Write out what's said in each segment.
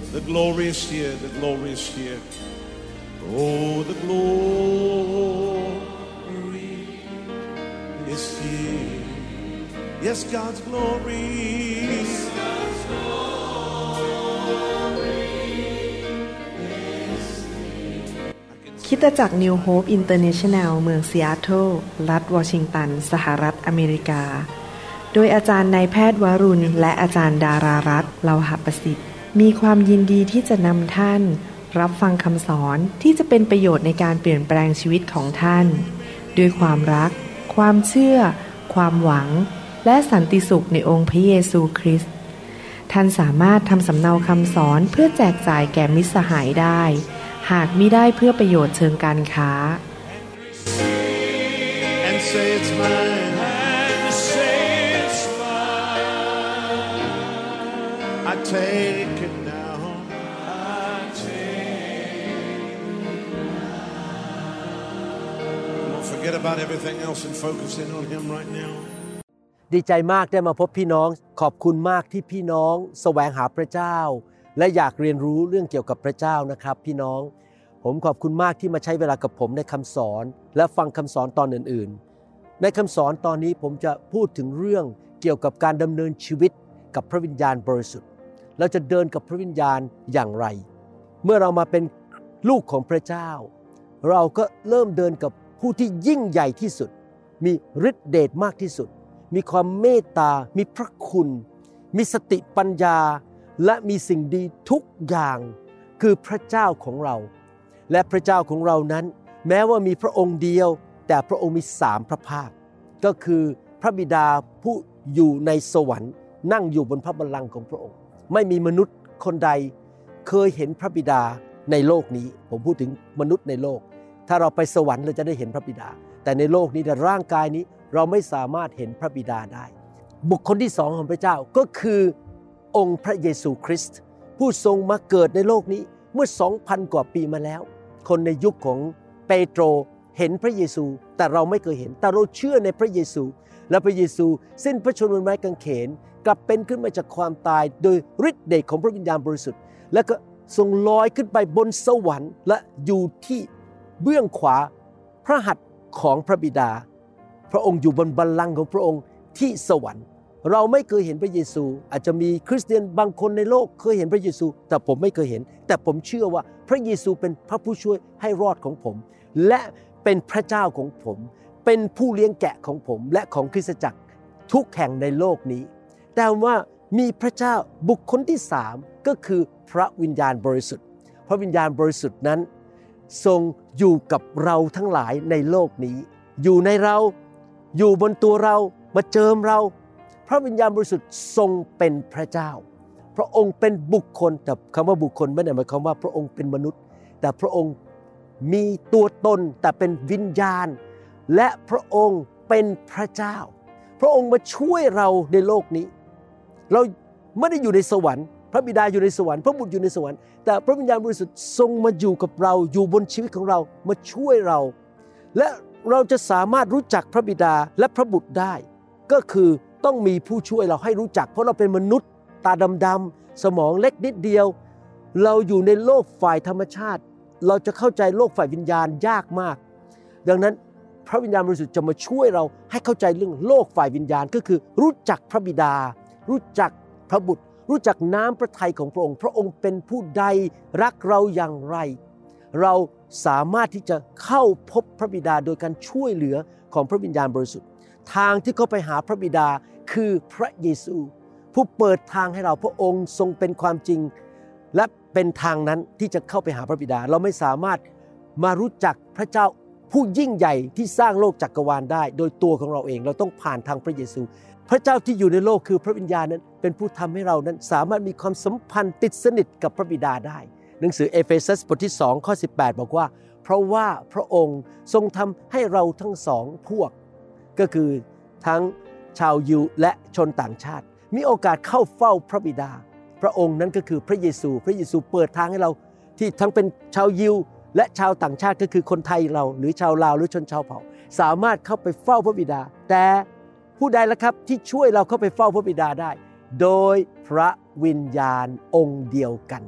The glory is here. The glory is here. Oh, the glory is here. Yes, God's glory. Yes, God's glory is here. คริสตจักร New Hope International เมืองซีแอตเทิลรัฐวอชิงตันสหรัฐอเมริกาโดยอาจารย์นายแพทย์วรุณและอาจารย์ดารารัตน์เลาหประสิทธิ์มีความยินดีที่จะนำท่านรับฟังคำสอนที่จะเป็นประโยชน์ในการเปลี่ยนแปลงชีวิตของท่านด้วยความรักความเชื่อความหวังและสันติสุขในองค์พระเยซูคริสต์ท่านสามารถทำสำเนาคำสอนเพื่อแจกจ่ายแก่มิตรสหายได้หากมิได้เพื่อประโยชน์เชิงการค้า And say it's mine. And say it's mine. I take it now. I take it now. Don't forget about everything else and focus in on Him right now. ดีใจมากได้มาพบพี่น้องขอบคุณมากที่พี่น้องแสวงหาพระเจ้าและอยากเรียนรู้เรื่องเกี่ยวกับพระเจ้านะครับพี่น้องผมขอบคุณมากที่มาใช้เวลากับผมในคำสอนและฟังคำสอนตอนอื่นๆในคำสอนตอนนี้ผมจะพูดถึงเรื่องเกี่ยวกับการดำเนินชีวิตกับพระวิญญาณบริสุทธิ์เราจะเดินกับพระวิญญาณอย่างไรเมื่อเรามาเป็นลูกของพระเจ้าเราก็เริ่มเดินกับผู้ที่ยิ่งใหญ่ที่สุดมีฤทธิเดชมากที่สุดมีความเมตตามีพระคุณมีสติปัญญาและมีสิ่งดีทุกอย่างคือพระเจ้าของเราและพระเจ้าของเรานั้นแม้ว่ามีพระองค์เดียวแต่พระองค์มี3พระภาคก็คือพระบิดาผู้อยู่ในสวรรค์นั่งอยู่บนพระบัลลังก์ของพระองค์ไม่มีมนุษย์คนใดเคยเห็นพระบิดาในโลกนี้ผมพูดถึงมนุษย์ในโลกถ้าเราไปสวรรค์เราจะได้เห็นพระบิดาแต่ในโลกนี้ในร่างกายนี้เราไม่สามารถเห็นพระบิดาได้บุคคลที่2ของพระเจ้าก็คือองค์พระเยซูคริสต์ผู้ทรงมาเกิดในโลกนี้เมื่อ 2,000 กว่าปีมาแล้วคนในยุคของเปโตรเห็นพระเยซูแต่เราไม่เคยเห็นแต่เราเชื่อในพระเยซูและพระเยซูสิ้นพระชนม์บนไม้กางเขนกลับเป็นขึ้นมาจากความตายโดยฤทธิ์เดชของพระวิญญาณบริสุทธิ์แล้วก็ทรงลอยขึ้นไปบนสวรรค์และอยู่ที่เบื้องขวาพระหัตถ์ของพระบิดาพระองค์อยู่บนบัลลังก์ของพระองค์ที่สวรรค์เราไม่เคยเห็นพระเยซูอาจจะมีคริสเตียนบางคนในโลกเคยเห็นพระเยซูแต่ผมไม่เคยเห็นแต่ผมเชื่อว่าพระเยซูเป็นพระผู้ช่วยให้รอดของผมและเป็นพระเจ้าของผมเป็นผู้เลี้ยงแกะของผมและของคริสตจักรทุกแห่งในโลกนี้แต่ว่ามีพระเจ้าบุคคลที่3ก็คือพระวิญญาณบริสุทธิ์พระวิญญาณบริสุทธิ์นั้นทรงอยู่กับเราทั้งหลายในโลกนี้อยู่ในเราอยู่บนตัวเรามาเจิมเราพระวิญญาณบริสุทธิ์ทรงเป็นพระเจ้าพระองค์เป็นบุคคลแต่คำว่าบุคคลไม่ได้หมายความว่าพระองค์เป็นมนุษย์แต่พระองค์มีตัวตนแต่เป็นวิญญาณและพระองค์เป็นพระเจ้าพระองค์มาช่วยเราในโลกนี้เราไม่ได้อยู่ในสวรรค์พระบิดาอยู่ในสวรรค์พระบุตรอยู่ในสวรรค์แต่พระวิญญาณบริสุทธิ์ทรงมาอยู่กับเราอยู่บนชีวิตของเรามาช่วยเราและเราจะสามารถรู้จักพระบิดาและพระบุตรได้ก็คือต้องมีผู้ช่วยเราให้รู้จักเพราะเราเป็นมนุษย์ตาดำๆสมองเล็กนิดเดียวเราอยู่ในโลกฝ่ายธรรมชาติเราจะเข้าใจโลกฝ่ายวิญญาณยากมากดังนั้นพระวิญญาณบริสุทธิ์จะมาช่วยเราให้เข้าใจเรื่องโลกฝ่ายวิญญาณก็คือรู้จักพระบิดารู้จักพระบุตรรู้จักน้ำพระทัยของพระองค์พระองค์เป็นผู้ใดรักเราอย่างไรเราสามารถที่จะเข้าพบพระบิดาโดยการช่วยเหลือของพระวิญญาณบริสุทธิ์ทางที่เข้าไปหาพระบิดาคือพระเยซูผู้เปิดทางให้เราพระองค์ทรงเป็นความจริงและเป็นทางนั้นที่จะเข้าไปหาพระบิดาเราไม่สามารถมารู้จักพระเจ้าผู้ยิ่งใหญ่ที่สร้างโลกจักรวาลได้โดยตัวของเราเองเราต้องผ่านทางพระเยซูพระเจ้าที่อยู่ในโลกคือพระวิญญาณนั้นเป็นผู้ทำให้เรานั้นสามารถมีความสัมพันธ์ติดสนิทกับพระบิดาได้หนังสือเอเฟซัสบทที่2ข้อ18บอกว่าเพราะว่าพระองค์ทรงทำให้เราทั้งสองพวกก็คือทั้งชาวยิวและชนต่างชาติมีโอกาสเข้าเฝ้าพระบิดาพระองค์นั้นก็คือพระเยซูพระเยซูเปิดทางให้เราที่ทั้งเป็นชาวยิวและชาวต่างชาติก็คือคนไทยเราหรือชาวลาวหรือชนชาวเผ่าสามารถเข้าไปเฝ้าพระบิดาแต่ผู้ใดล่ะครับที่ช่วยเราเข้าไปเฝ้าพระบิดาได้โดยพระวิญญาณองค์เดียวกัน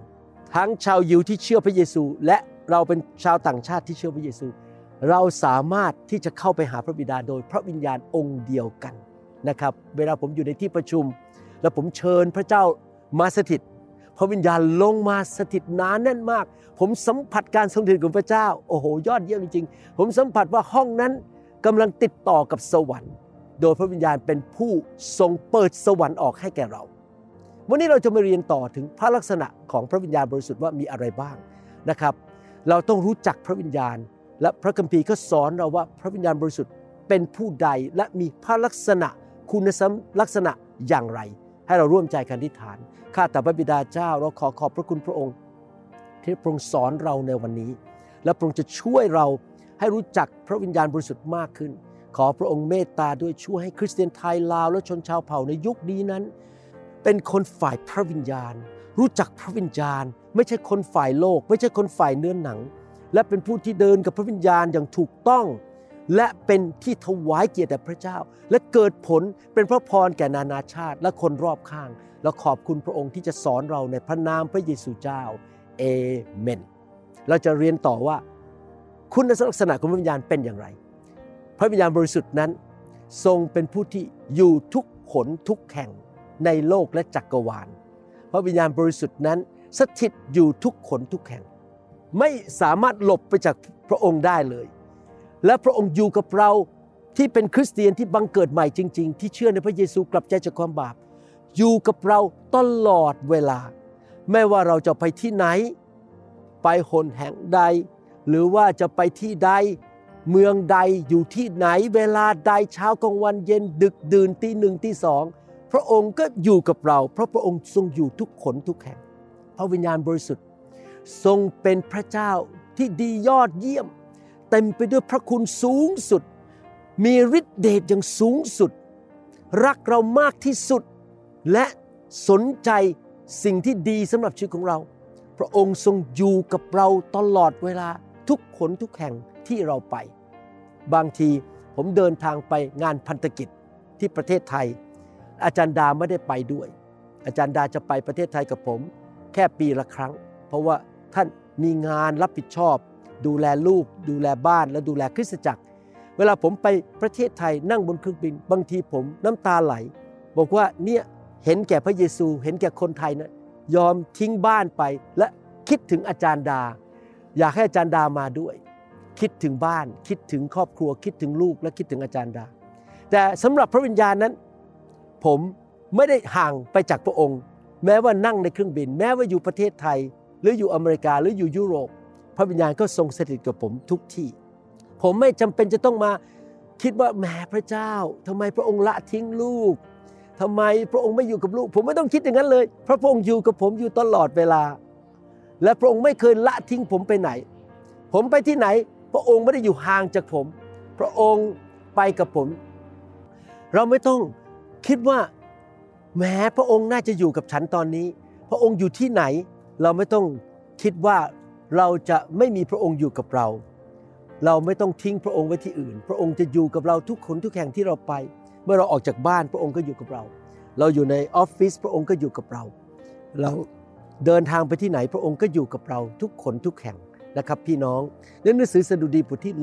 ทั้งชาวยิวที่เชื่อพระเยซูและเราเป็นชาวต่างชาติที่เชื่อพระเยซูเราสามารถที่จะเข้าไปหาพระบิดาโดยพระวิญญาณองค์เดียวกันนะครับเวลาผมอยู่ในที่ประชุมแล้วผมเชิญพระเจ้ามาสถิตพระวิญญาณลงมาสถิตหนาแน่นมากผมสัมผัสการทรงสถิตของพระเจ้าโอ้โหยอดเยี่ยมจริงๆผมสัมผัสว่าห้องนั้นกำลังติดต่อกับสวรรค์โดยพระวิญญาณเป็นผู้ทรงเปิดสวรรค์ออกให้แก่เราวันนี้เราจะมาเรียนต่อถึงพระลักษณะของพระวิญญาณบริสุทธิ์ว่ามีอะไรบ้างนะครับเราต้องรู้จักพระวิญญาณและพระคัมภีร์ก็สอนเราว่าพระวิญญาณบริสุทธิ์เป็นผู้ใดและมีพระลักษณะคุณลักษณะอย่างไรให้เราร่วมใจกันอธิษฐานข้าแต่พระบิดาเจ้าเราขอบพระคุณพระองค์ที่พระองค์สอนเราในวันนี้และพระองค์จะช่วยเราให้รู้จักพระวิญญาณบริสุทธิ์มากขึ้นขอพระองค์เมตตาด้วยช่วยให้คริสเตียนไทยลาวและชนชาวเผ่าในยุคนี้นั้นเป็นคนฝ่ายพระวิญญาณรู้จักพระวิญญาณไม่ใช่คนฝ่ายโลกไม่ใช่คนฝ่ายเนื้อหนังและเป็นผู้ที่เดินกับพระวิญญาณอย่างถูกต้องและเป็นที่ถวายเกียรติแด่พระเจ้าและเกิดผลเป็นพระพรแก่นานาชาติและคนรอบข้างเราขอบคุณพระองค์ที่จะสอนเราในพระนามพระเยซูเจ้าเอเมนเราจะเรียนต่อว่าคุณลักษณะของพระวิญญาณเป็นอย่างไรพระวิญญาณบริสุทธิ์นั้นทรงเป็นผู้ที่อยู่ทุกหนทุกแห่งในโลกและจักรวาลพระวิญญาณบริสุทธิ์นั้นสถิตอยู่ทุกหนทุกแห่งไม่สามารถหลบไปจากพระองค์ได้เลยและพระองค์อยู่กับเราที่เป็นคริสเตียนที่บังเกิดใหม่จริงๆที่เชื่อในพระเยซูกลับใจจากความบาปอยู่กับเราตลอดเวลาไม่ว่าเราจะไปที่ไหนไปหนแห่งใดหรือว่าจะไปที่ใดเมืองใดอยู่ที่ไหนเวลาใดเช้ากลางวันเย็นดึกดื่นตีหนึ่งตีสองพระองค์ก็อยู่กับเราเพราะพระองค์ทรงอยู่ทุกขนทุกแห่งพระวิญญาณบริสุทธิ์ทรงเป็นพระเจ้าที่ดียอดเยี่ยมเต็มไปด้วยพระคุณสูงสุดมีฤทธิ์เดชอย่างสูงสุดรักเรามากที่สุดและสนใจสิ่งที่ดีสำหรับชีวิตของเราพระองค์ทรงอยู่กับเราตลอดเวลาทุกขนทุกแห่งที่เราไปบางทีผมเดินทางไปงานพันธกิจที่ประเทศไทยอาจารย์ดาไม่ได้ไปด้วยอาจารย์ดาจะไปประเทศไทยกับผมแค่ปีละครั้งเพราะว่าท่านมีงานรับผิดชอบดูแลลูกดูแลบ้านและดูแลคริสตจักรเวลาผมไปประเทศไทยนั่งบนเครื่องบินบางทีผมน้ำตาไหลบอกว่าเนี่ยเห็นแก่พระเยซูเห็นแก่คนไทยนะยอมทิ้งบ้านไปและคิดถึงอาจารย์ดาอยากให้อาจารย์ดามาด้วยคิดถึงบ้านคิดถึงครอบครัวคิดถึงลูกและคิดถึงอาจารย์ดาแต่สำหรับพระวิญญาณนั้นผมไม่ได้ห่างไปจากพระองค์แม้ว่านั่งในเครื่องบินแม้ว่าอยู่ประเทศไทยหรืออยู่อเมริกาหรืออยู่ยุโรปพระวิญญาณก็ทรงสถิตกับผมทุกที่ผมไม่จำเป็นจะต้องมาคิดว่าแหมพระเจ้าทำไมพระองค์ละทิ้งลูกทำไมพระองค์ไม่อยู่กับลูกผมไม่ต้องคิดอย่างนั้นเลยเพราะพระองค์อยู่กับผมอยู่ตลอดเวลาและพระองค์ไม่เคยละทิ้งผมไปไหนผมไปที่ไหนพระองค์ไม่ได้อยู่ห่างจากผมพระองค์ไปกับผมเราไม่ต้องคิดว่าแหมพระองค์น่าจะอยู่กับฉันตอนนี้พระองค์อยู่ที่ไหนเราไม่ต้องคิดว่าเราจะไม่มีพระองค์อยู่กับเราเราไม่ต้องทิ้งพระองค์ไว้ที่อื่นพระองค์จะอยู่กับเราทุกคนทุกแห่งที่เราไปเมื่อเราออกจากบ้านพระองค์ก็อยู่กับเราเราอยู่ในออฟฟิศพระองค์ก็อยู่กับเราเราเดินทางไปที่ไหนพระองค์ก็อยู่กับเราทุกคนทุกแห่งนะครับพี่น้องในหนังสือสดุดีบทที่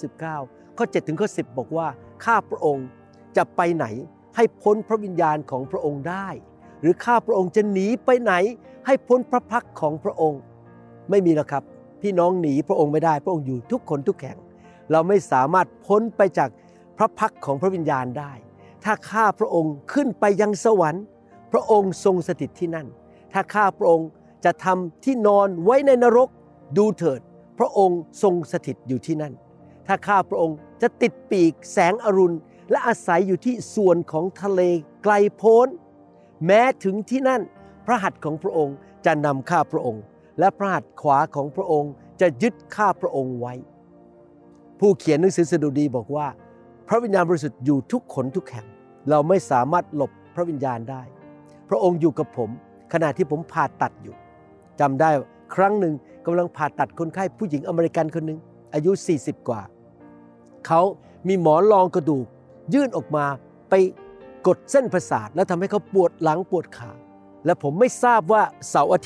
139ข้อ7ถึงข้อ10บอกว่าข้าพระองค์จะไปไหนให้พ้นพระวิญญาณของพระองค์ได้หรือข้าพระองค์จะหนีไปไหนให้พ้นพระพักของพระองค์ไม่มีหรอกครับพี่น้องหนีพระองค์ไม่ได้พระองค์อยู่ทุกคนทุกแห่งเราไม่สามารถพ้นไปจากพระพักของพระวิญญาณได้ถ้าข้าพระองค์ขึ้นไปยังสวรรค์พระองค์ทรงสถิตที่นั่นถ้าข้าพระองค์จะทำที่นอนไว้ในนรกดูเถิดพระองค์ทรงสถิตอยู่ที่นั่นถ้าข้าพระองค์จะติดปีกแสงอรุณและอาศัยอยู่ที่ส่วนของทะเลไกลโพ้นแม้ถึงที่นั่นพระหัตถ์ของพระองค์จะนำข้าพระองค์และพระหัตถ์ขวาของพระองค์จะยึดข้าพระองค์ไว้ผู้เขียนหนังสือสดุดีบอกว่าพระวิญญาณบริสุทธิ์อยู่ทุกขนทุกแห่งเราไม่สามารถหลบพระวิญญาณได้พระองค์อยู่กับผมขณะที่ผมผ่าตัดอยู่จำได้ครั้งหนึ่งกำลังผ่าตัดคนไข้ผู้หญิงอเมริกันคนหนึ่งอายุ40กว่าเขามีหมอนรองกระดูกยื่นออกมาไปกดเส้นประสาทแล้วทำให้เขาปวดหลังปวดขาและผมไม่ทราบว่าเสาร์อาทิตย์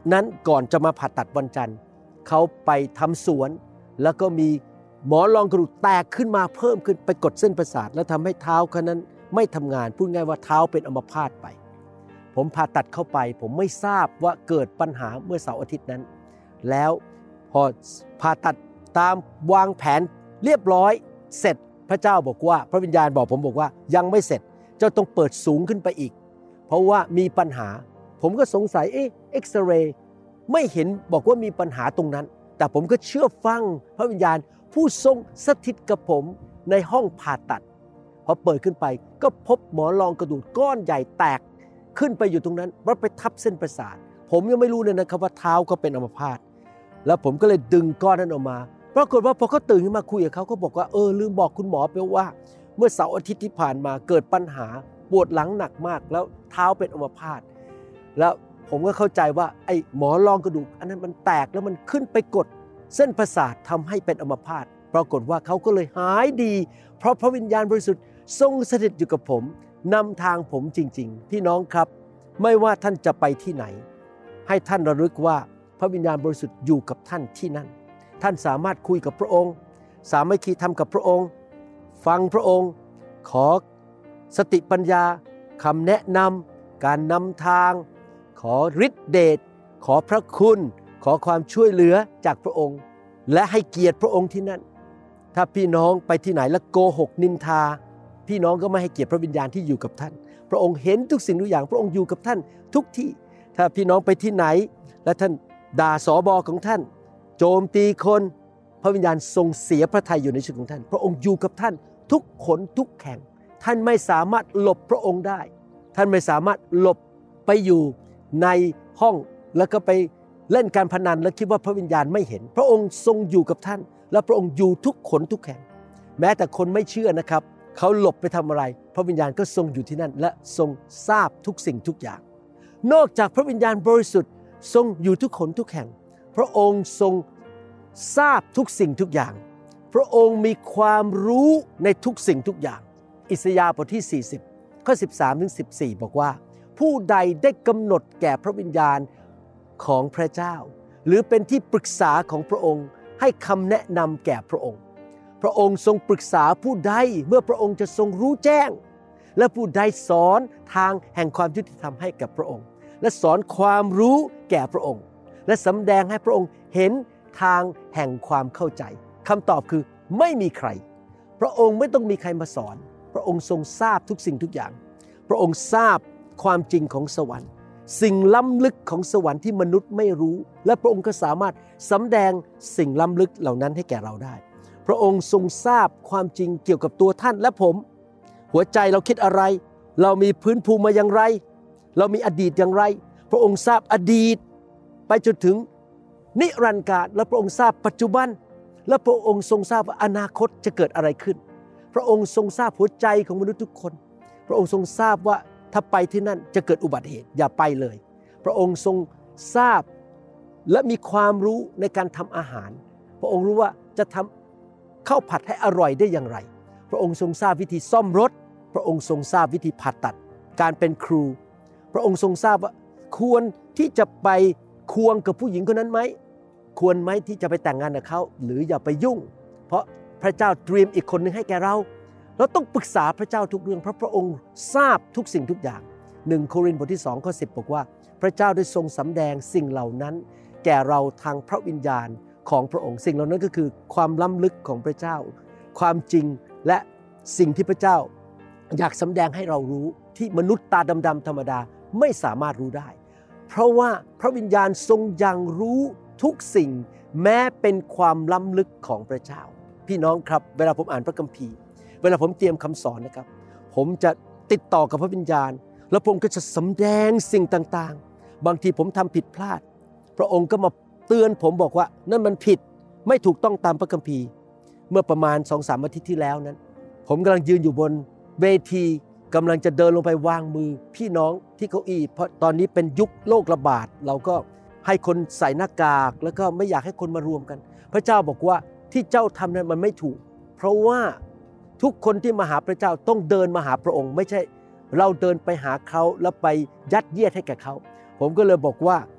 นั้นก่อนจะมาผ่าตัดวันจันทร์เขาไปทำสวนแล้วก็มีหมอนรองกระดูกแตกขึ้นมาเพิ่มขึ้นไปกดเส้นประสาทแล้วทำให้เท้าเขานั้นไม่ทำงานพูดง่ายว่าเท้าเป็นอัมพาตไปผมผ่าตัดเข้าไปผมไม่ทราบว่าเกิดปัญหาเมื่อเสาร์อาทิตย์นั้นแล้วพอผ่าตัดตามวางแผนเรียบร้อยเสร็จพระเจ้าบอกว่าพระวิญญาณบอกผมบอกว่ายังไม่เสร็จเจ้าต้องเปิดสูงขึ้นไปอีกเพราะว่ามีปัญหาผมก็สงสัยเอ็กซเรย์ไม่เห็นบอกว่ามีปัญหาตรงนั้นแต่ผมก็เชื่อฟังพระวิญญาณผู้ทรงสถิตกับผมในห้องผ่าตัดพอเปิดขึ้นไปก็พบหมอนรองกระดูกก้อนใหญ่แตกขึ้นไปอยู่ตรงนั้นแล้วไปทับเส้นประสาทผมยังไม่รู้เลยนะครับว่าเท้าก็เป็นอัมพาตแล้วผมก็เลยดึงก้อนนั้นออกมาปรากฏว่าพอเขาตื่นขึ้นมาคุยกับเขาก็บอกว่าลืมบอกคุณหมอไปว่าเมื่อเสาร์อาทิตย์ที่ผ่านมาเกิดปัญหาปวดหลังหนักมากแล้วเท้าเป็นอัมพาตแล้วผมก็เข้าใจว่าไอ้หมอนรองกระดูกอันนั้นมันแตกแล้วมันขึ้นไปกดเส้นประสาททำให้เป็นอัมพาตปรากฏว่าเขาก็เลยหายดีเพราะพระวิญญาณบริสุทธิ์ทรงสถิตอยู่กับผมนำทางผมจริงๆพี่น้องครับไม่ว่าท่านจะไปที่ไหนให้ท่านระลึกว่าพระวิญญาณบริสุทธิ์อยู่กับท่านที่นั่นท่านสามารถคุยกับพระองค์สามัคคีธรรมกับพระองค์ฟังพระองค์ขอสติปัญญาคำแนะนำการนำทางขอฤทธิเดชขอพระคุณขอความช่วยเหลือจากพระองค์และให้เกียรติพระองค์ที่นั่นถ้าพี่น้องไปที่ไหนแล้วโกหกนินทาพี่น้องก็ไม่ให้เกียรติพระวิญญาณที่อยู่กับท่านพระองค์เห็นทุกสิ่งทุกอย่างพระองค์อยู่กับท่านทุกที่ถ้าพี่น้องไปที่ไหนและท่านด่าสบของท่านโจมตีคนพระวิญญาณทรงเสียพระทัยอยู่ในชีวิตของท่านพระองค์อยู่กับท่านทุกขนทุกแห่งท่านไม่สามารถหลบพระองค์ได้ท่านไม่สามารถหลบไปอยู่ในห้องแล้วก็ไปเล่นการพนันแล้วคิดว่าพระวิญญาณไม่เห็นพระองค์ทรงอยู่กับท่านและพระองค์อยู่ทุกขนทุกแห่งแม้แต่คนไม่เชื่อนะครับเขาหลบไปทำอะไรพระวิญญาณก็ทรงอยู่ที่นั่นและทรงทราบทุกสิ่งทุกอย่างนอกจากพระวิญญาณบริสุทธิ์ทรงอยู่ทุกขนทุกแห่งพระองค์ทรงทราบทุกสิ่งทุกอย่างพระองค์มีความรู้ในทุกสิ่งทุกอย่างอิสยาห์บทที่40ข้อ13ถึง14บอกว่าผู้ใดได้กำหนดแก่พระวิญญาณของพระเจ้าหรือเป็นที่ปรึกษาของพระองค์ให้คำแนะนำแก่พระองค์พระองค์ทรงปรึกษาผู้ใดเมื่อพระองค์จะทรงรู้แจ้งและผู้ใดสอนทางแห่งความยุติธรรมให้กับพระองค์และสอนความรู้แก่พระองค์และสำแดงให้พระองค์เห็นทางแห่งความเข้าใจคำตอบคือไม่มีใครพระองค์ไม่ต้องมีใครมาสอนพระองค์ทรงทราบทุกสิ่งทุกอย่างพระองค์ทราบความจริงของสวรรค์สิ่งล้ำลึกของสวรรค์ที่มนุษย์ไม่รู้และพระองค์ก็สามารถสำแดงสิ่งล้ำลึกเหล่านั้นให้แก่เราได้พระองค์ทรงทราบความจริงเกี่ยวกับตัวท่านและผมหัวใจเราคิดอะไรเรามีพื้นภูมิมาอย่างไรเรามีอดีตอย่างไรพระองค์ทราบอดีตไปจนถึงนิรันดร์กาลและพระองค์ทราบปัจจุบันและพระองค์ทรงทราบว่าอนาคตจะเกิดอะไรขึ้นพระองค์ทรงทราบหัวใจของมนุษย์ทุกคนพระองค์ทรงทราบว่าถ้าไปที่นั่นจะเกิดอุบัติเหตุอย่าไปเลยพระองค์ทรงทราบและมีความรู้ในการทำอาหารพระองค์รู้ว่าจะทำข้าวผัดให้อร่อยได้อย่างไรพระองค์ทรงทราบวิธีซ่อมรถพระองค์ทรงทราบวิธีผ่าตัดการเป็นครูพระองค์ทรงทราบว่าควรที่จะไปควงกับผู้หญิงคนนั้นไหมควรไหมที่จะไปแต่งงานกับเขาหรืออย่าไปยุ่งเพราะพระเจ้าเตรียมอีกคนนึงให้แก่เราต้องปรึกษาพระเจ้าทุกเรื่องเพราะพระองค์ทราบทุกสิ่งทุกอย่าง1โครินธ์บทที่2ข้อ10บอกว่าพระเจ้าได้ทรงสำแดงสิ่งเหล่านั้นแก่เราทางพระวิญญาณของพระองค์สิ่งเหล่านั้นก็คือความล้ำลึกของพระเจ้าความจริงและสิ่งที่พระเจ้าอยากสำแดงให้เรารู้ที่มนุษย์ตาดำๆธรรมดาไม่สามารถรู้ได้เพราะว่าพระวิญญาณทรงยังรู้ทุกสิ่งแม้เป็นความล้ำลึกของพระเจ้าพี่น้องครับเวลาผมอ่านพระคัมภีร์เวลาผมเตรียมคำสอนนะครับผมจะติดต่อกับพระวิญญาณแล้วผมก็จะสำแดงสิ่งต่างๆบางทีผมทำผิดพลาดพระองค์ก็มาเตือนผมบอกว่านั่นมันผิดไม่ถูกต้องตามพระคัมภีร์เมื่อประมาณ 2-3 อาทิตย์ที่แล้วนั้นผมกำลังยืนอยู่บนเวทีกำลังจะเดินลงไปวางมือพี่น้องที่เก้าอี้เพราะตอนนี้เป็นยุคโรคระบาดเราก็ให้คนใส่หน้ากากแล้วก็ไม่อยากให้คนมารวมกันพระเจ้าบอกว่าที่เจ้าทำนั้นมันไม่ถูกเพราะว่าทุกคนที่มาหาพระเจ้าต้องเดินมาหาพระองค์ไม่ใช่เราเดินไปหาเขาแล้วไปยัดเยียดให้แก่เขาผมก็เลยบอกว่า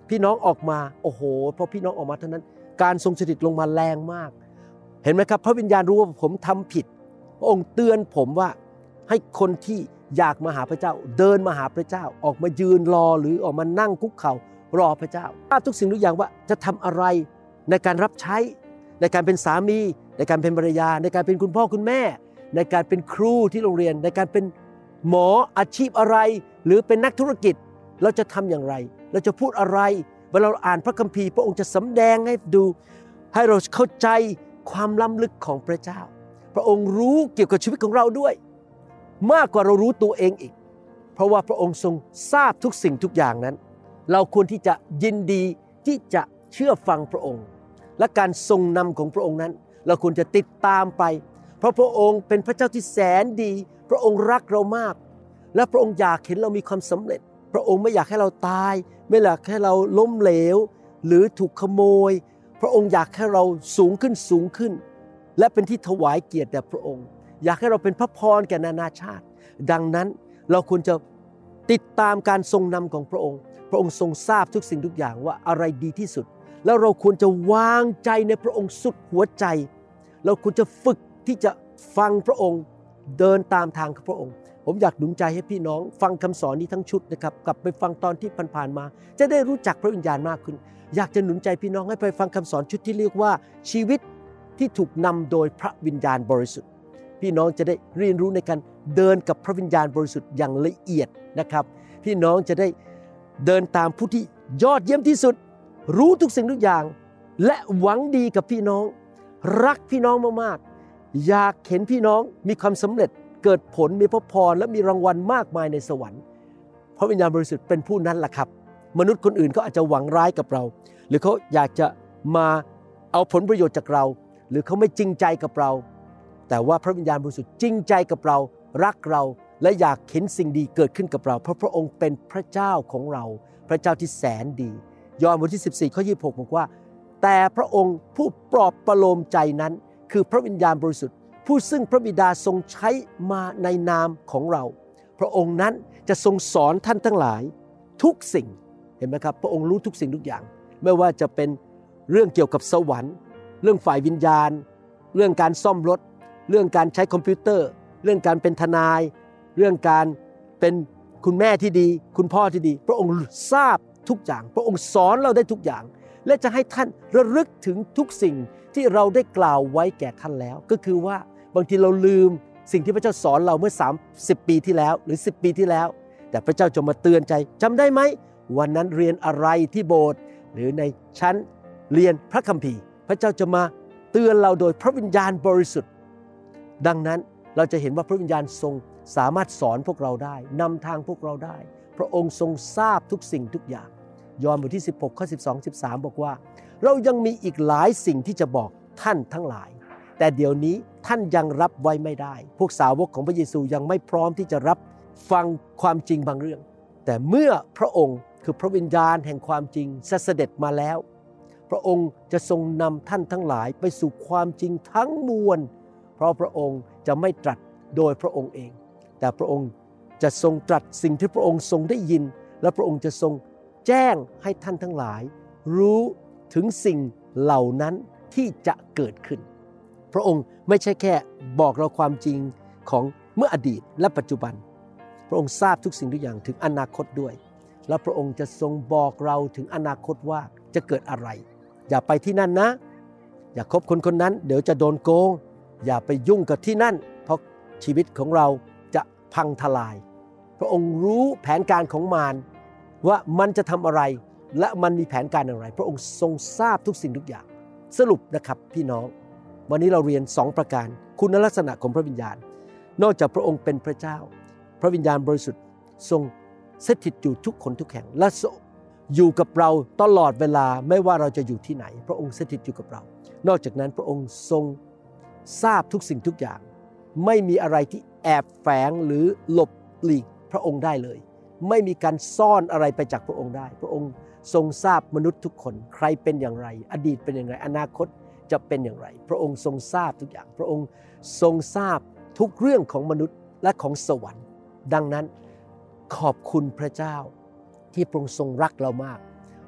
พี่น้องออกมาโอ้โหพอพี่น้องออกมาเท่านั้นการทรงสถิตลงมาแรงมากเห็นไหมครับพระวิญญาณรู้ว่าผมทำผิดพระองค์เตือนผมว่าให้คนที่อยากมาหาพระเจ้าเดินมาหาพระเจ้าออกมายืนรอหรือออกมานั่งคุกเข่ารอพระเจ้าทุกสิ่งทุกอย่างว่าจะทำอะไรในการรับใช้ในการเป็นสามีในการเป็นภรรยาในการเป็นคุณพ่อคุณแม่ในการเป็นครูที่โรงเรียนในการเป็นหมออาชีพอะไรหรือเป็นนักธุรกิจเราจะทำอย่างไรเราจะพูดอะไรเวลาเราอ่านพระคัมภีร์พระองค์จะสำแดงให้ดูให้เราเข้าใจความล้ำลึกของพระเจ้าพระองค์รู้เกี่ยวกับชีวิตของเราด้วยมากกว่าเรารู้ตัวเองอีกเพราะว่าพระองค์ทรงทราบทุกสิ่งทุกอย่างนั้นเราควรที่จะยินดีที่จะเชื่อฟังพระองค์และการทรงนำของพระองค์นั้นเราควรจะติดตามไปเพราะพระองค์เป็นพระเจ้าที่แสนดีพระองค์รักเรามากและพระองค์อยากเห็นเรามีความสำเร็จพระองค์ไม่อยากให้เราตายไม่อยากให้เราล้มเหลวหรือถูกขโมยพระองค์อยากให้เราสูงขึ้นและเป็นที่ถวายเกียรติแด่พระองค์อยากให้เราเป็นพระพรแก่นานาชาติดังนั้นเราควรจะติดตามการทรงนำของพระองค์พระองค์ทรงทราบทุกสิ่งทุกอย่างว่าอะไรดีที่สุดแล้วเราควรจะวางใจในพระองค์สุดหัวใจเราควรจะฝึกที่จะฟังพระองค์เดินตามทางของพระองค์ผมอยากหนุนใจให้พี่น้องฟังคำสอนนี้ทั้งชุดนะครับกลับไปฟังตอนที่ผ่านๆมาจะได้รู้จักพระวิญญาณมากขึ้นอยากจะหนุนใจพี่น้องให้ไปฟังคำสอนชุดที่เรียกว่าชีวิตที่ถูกนำโดยพระวิญญาณบริสุทธิ์พี่น้องจะได้เรียนรู้ในการเดินกับพระวิญญาณบริสุทธิ์อย่างละเอียดนะครับพี่น้องจะได้เดินตามผู้ที่ยอดเยี่ยมที่สุดรู้ทุกสิ่งทุกอย่างและหวังดีกับพี่น้องรักพี่น้องมากๆอยากเห็นพี่น้องมีความสำเร็จเกิดผลมีพระพรและมีรางวัลมากมายในสวรรค์พระวิญญาณบริสุทธิ์เป็นผู้นั้นแหละครับมนุษย์คนอื่นเขาอาจจะหวังร้ายกับเราหรือเขาอยากจะมาเอาผลประโยชน์จากเราหรือเขาไม่จริงใจกับเราแต่ว่าพระวิญญาณบริสุทธิ์จริงใจกับเรารักเราและอยากเห็นสิ่งดีเกิดขึ้นกับเราเพราะพระองค์เป็นพระเจ้าของเราพระเจ้าที่แสนดียอห์นบทที่14ข้อ26บอกว่าแต่พระองค์ผู้ปลอบประโลมใจนั้นคือพระวิญญาณบริสุทธิ์ผู้ซึ่งพระบิดาทรงใช้มาในนามของเราพระองค์นั้นจะทรงสอนท่านทั้งหลายทุกสิ่งเห็นไหมครับพระองค์รู้ทุกสิ่งทุกอย่างไม่ว่าจะเป็นเรื่องเกี่ยวกับสวรรค์เรื่องฝ่ายวิญญาณเรื่องการซ่อมรถเรื่องการใช้คอมพิวเตอร์เรื่องการเป็นทนายเรื่องการเป็นคุณแม่ที่ดีคุณพ่อที่ดีพระองค์ทราบทุกอย่างพระองค์สอนเราได้ทุกอย่างและจะให้ท่านระลึกถึงทุกสิ่งที่เราได้กล่าวไว้แก่ท่านแล้วก็คือว่าบางทีเราลืมสิ่งที่พระเจ้าสอนเราเมื่อ30ปีที่แล้วหรือ10ปีที่แล้วแต่พระเจ้าจะมาเตือนใจจำได้ไหมวันนั้นเรียนอะไรที่โบสถ์หรือในชั้นเรียนพระคัมภีร์พระเจ้าจะมาเตือนเราโดยพระวิญญาณบริสุทธิ์ดังนั้นเราจะเห็นว่าพระวิญญาณทรงสามารถสอนพวกเราได้นำทางพวกเราได้พระองค์ทรงทราบทุกสิ่งทุกอย่างยอห์นบทที่16ข้อ12 13บอกว่าเรายังมีอีกหลายสิ่งที่จะบอกท่านทั้งหลายแต่เดี๋ยวนี้ท่านยังรับไว้ไม่ได้พวกสาวกของพระเยซูยังไม่พร้อมที่จะรับฟังความจริงบางเรื่องแต่เมื่อพระองค์คือพระวิญญาณแห่งความจริงเสด็จมาแล้วพระองค์จะทรงนำท่านทั้งหลายไปสู่ความจริงทั้งมวลเพราะพระองค์จะไม่ตรัสโดยพระองค์เองแต่พระองค์จะทรงตรัสสิ่งที่พระองค์ทรงได้ยินและพระองค์จะทรงแจ้งให้ท่านทั้งหลายรู้ถึงสิ่งเหล่านั้นที่จะเกิดขึ้นพระองค์ไม่ใช่แค่บอกเราความจริงของเมื่ออดีตและปัจจุบันพระองค์ทราบทุกสิ่งทุกอย่างถึงอนาคตด้วยและพระองค์จะทรงบอกเราถึงอนาคตว่าจะเกิดอะไรอย่าไปที่นั่นนะอย่าคบคนคนนั้นเดี๋ยวจะโดนโกงอย่าไปยุ่งกับที่นั่นเพราะชีวิตของเราจะพังทลายพระองค์รู้แผนการของมารว่ามันจะทำอะไรและมันมีแผนการอะไรพระองค์ทรงทราบทุกสิ่งทุกอย่างสรุปนะครับพี่น้องวันนี้เราเรียน2ประการคุณลักษณะของพระวิญญาณนอกจากพระองค์เป็นพระเจ้าพระวิญญาณบริสุทธิ์ทรงสถิตอยู่ทุกคนทุกแห่งและอยู่กับเราตลอดเวลาไม่ว่าเราจะอยู่ที่ไหนพระองค์สถิตอยู่กับเรานอกจากนั้นพระองค์ทรงทราบทุกสิ่งทุกอย่างไม่มีอะไรที่แอบแฝงหรือหลบหลีกพระองค์ได้เลยไม่มีการซ่อนอะไรไปจากพระองค์ได้พระองค์ทรงทราบมนุษย์ทุกคนใครเป็นอย่างไรอดีตเป็นอย่างไรอนาคตจะเป็นอย่างไรพระองค์ทรงทราบทุกอย่างพระองค์ทรงทราบทุกเรื่องของมนุษย์และของสวรรค์ดังนั้นขอบคุณพระเจ้าที่พระองค์ทรงรักเรามาก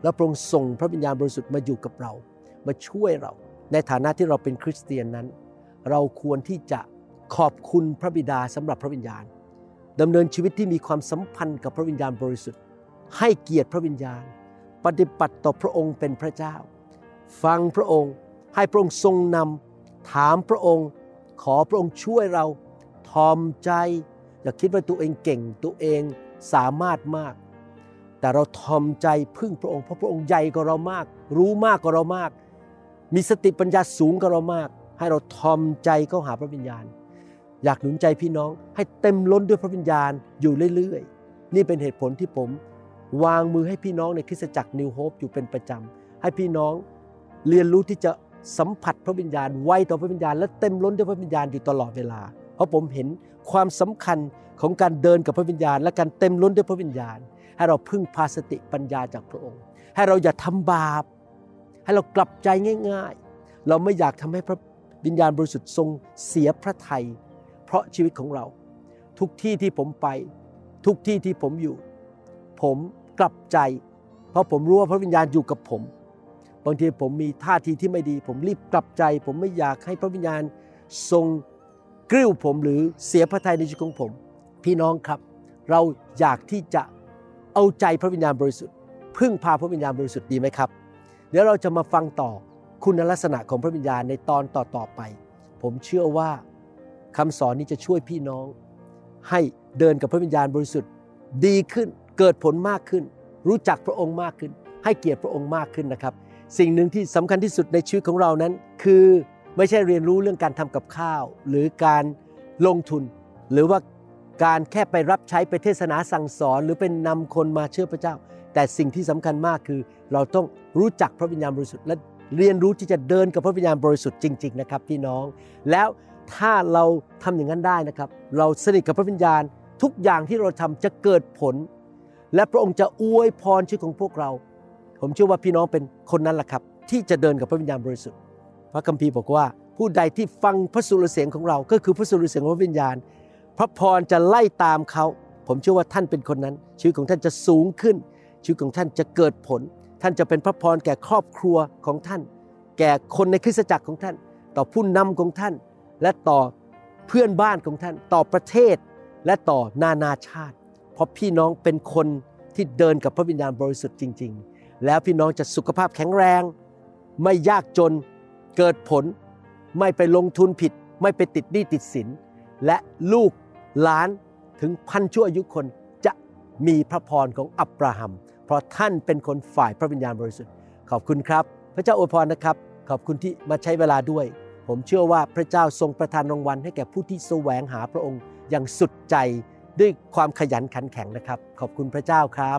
และพระองค์ส่งพระวิญญาณบริสุทธิ์มาอยู่กับเรามาช่วยเราในฐานะที่เราเป็นคริสเตียนนั้นเราควรที่จะขอบคุณพระบิดาสำหรับพระวิญญาณดำเนินชีวิตที่มีความสัมพันธ์กับพระวิญญาณบริสุทธิ์ให้เกียรติพระวิญญาณปฏิบัติต่อพระองค์เป็นพระเจ้าฟังพระองค์ให้พระองค์ทรงนำถามพระองค์ขอพระองค์ช่วยเราทอมใจอย่าคิดว่าตัวเองเก่งตัวเองสามารถมากแต่เราทอมใจพึ่งพระองค์เพราะพระองค์ใหญ่กว่าเรามากรู้มากกว่าเรามากมีสติปัญญาสูงกว่าเรามากให้เราทอมใจเข้าหาพระวิญญาณอยากหนุนใจพี่น้องให้เต็มล้นด้วยพระวิญญาณอยู่เรื่อยๆนี่เป็นเหตุผลที่ผมวางมือให้พี่น้องในคริสตจักร New Hope อยู่เป็นประจำให้พี่น้องเรียนรู้ที่จะสัมผัสพระวิญญาณไวต่อพระวิญญาณและเต็มล้นด้วยพระวิญญาณอยู่ตลอดเวลาเพราะผมเห็นความสำคัญของการเดินกับพระวิญญาณและการเต็มล้นด้วยพระวิญญาณให้เราพึ่งพาสติปัญญาจากพระองค์ให้เราอย่าทำบาปให้เรากลับใจง่ายๆเราไม่อยากทำให้พระวิญญาณบริสุทธิ์ทรงเสียพระทัยเพราะชีวิตของเราทุกที่ที่ผมไปทุกที่ที่ผมอยู่ผมกลับใจเพราะผมรู้ว่าพระวิญญาณอยู่กับผมบางทีผมมีท่าทีที่ไม่ดีผมรีบกลับใจผมไม่อยากให้พระวิญญาณทรงกริ้วผมหรือเสียพระทัยในชีวิตของผมพี่น้องครับเราอยากที่จะเอาใจพระวิญญาณบริสุทธิ์พึ่งพาพระวิญญาณบริสุทธิ์ดีไหมครับเดี๋ยวเราจะมาฟังต่อคุณลักษณะของพระวิญญาณในตอนต่อไปผมเชื่อว่าคำสอนนี้จะช่วยพี่น้องให้เดินกับพระวิญญาณบริสุทธิ์ดีขึ้นเกิดผลมากขึ้นรู้จักพระองค์มากขึ้นให้เกียรติพระองค์มากขึ้นนะครับสิ่งหนึ่งที่สำคัญที่สุดในชีวิตของเรานั้นคือไม่ใช่เรียนรู้เรื่องการทำกับข้าวหรือการลงทุนหรือว่าการแค่ไปรับใช้ไปเทศนาสั่งสอนหรือเป็นนำคนมาเชื่อพระเจ้าแต่สิ่งที่สำคัญมากคือเราต้องรู้จักพระวิญญาณบริสุทธิ์และเรียนรู้ที่จะเดินกับพระวิญญาณบริสุทธิ์จริงๆนะครับพี่น้องแล้วถ้าเราทำอย่างนั้นได้นะครับเราสนิทกับพระวิญญาณทุกอย่างที่เราทำจะเกิดผลและพระองค์จะอวยพรชีวิตของพวกเราผมเชื่อว่าพี่น้องเป็นคนนั้นแหละครับที่จะเดินกับพระวิญญาณบริสุทธิ์พระคัมภีร์บอกว่าผู้ใดที่ฟังพระสุรเสียงของเราก็คือพระสุรเสียงของพระวิญญาณพระพรจะไล่ตามเขาผมเชื่อว่าท่านเป็นคนนั้นชีวิตของท่านจะสูงขึ้นชีวิตของท่านจะเกิดผลท่านจะเป็นพระพรแก่ครอบครัวของท่านแก่คนในคริสตจักรของท่านต่อผู้นำของท่านและต่อเพื่อนบ้านของท่านต่อประเทศและต่อนานาชาติเพราะพี่น้องเป็นคนที่เดินกับพระวิญญาณบริสุทธิ์จริงๆแล้วพี่น้องจะสุขภาพแข็งแรงไม่ยากจนเกิดผลไม่ไปลงทุนผิดไม่ไปติดหนี้ติดสินและลูกหลานถึงพันชั่วอายุคนจะมีพระพรของอับราฮัมเพราะท่านเป็นคนฝ่ายพระวิญญาณบริสุทธิ์ขอบคุณครับพระเจ้าอวยพรนะครับขอบคุณที่มาใช้เวลาด้วยผมเชื่อว่าพระเจ้าทรงประทานรางวัลให้แก่ผู้ที่แสวงหาพระองค์อย่างสุดใจด้วยความขยันขันแข็งนะครับขอบคุณพระเจ้าครับ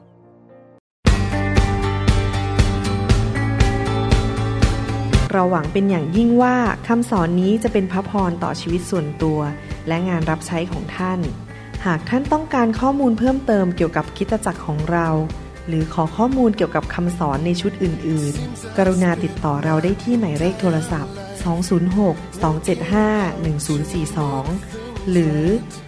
เราหวังเป็นอย่างยิ่งว่าคำสอนนี้จะเป็นพระพรต่อชีวิตส่วนตัวและงานรับใช้ของท่านหากท่านต้องการข้อมูลเพิ่มเติมเกี่ยวกับคริสตจักรของเราหรือขอข้อมูลเกี่ยวกับคำสอนในชุดอื่นๆกรุณาติดต่อเราได้ที่หมายเลขโทรศัพท์206-275-1042หรือ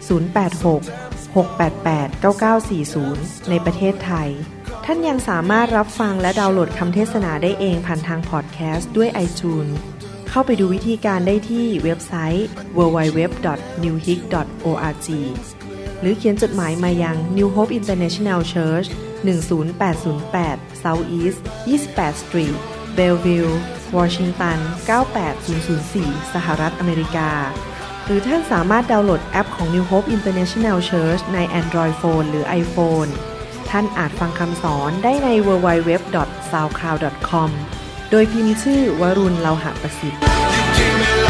086-688-9940ในประเทศไทยท่านยังสามารถรับฟังและดาวน์โหลดคำเทศนาได้เองผ่านทางพอดแคสต์ด้วย iTunes เข้าไปดูวิธีการได้ที่เว็บไซต์ www.newhope.org หรือเขียนจดหมายมายัง New Hope International Church 10808 South East 28 Street Bellevue Washington 98004 สหรัฐอเมริกาหรือท่านสามารถดาวน์โหลดแอปของ New Hope International Church ใน Android Phone หรือ iPhone ท่านอาจฟังคำสอนได้ใน www.soundcloud.com โดยพิมพ์ชื่อวรุณ เลาหะประสิทธิ์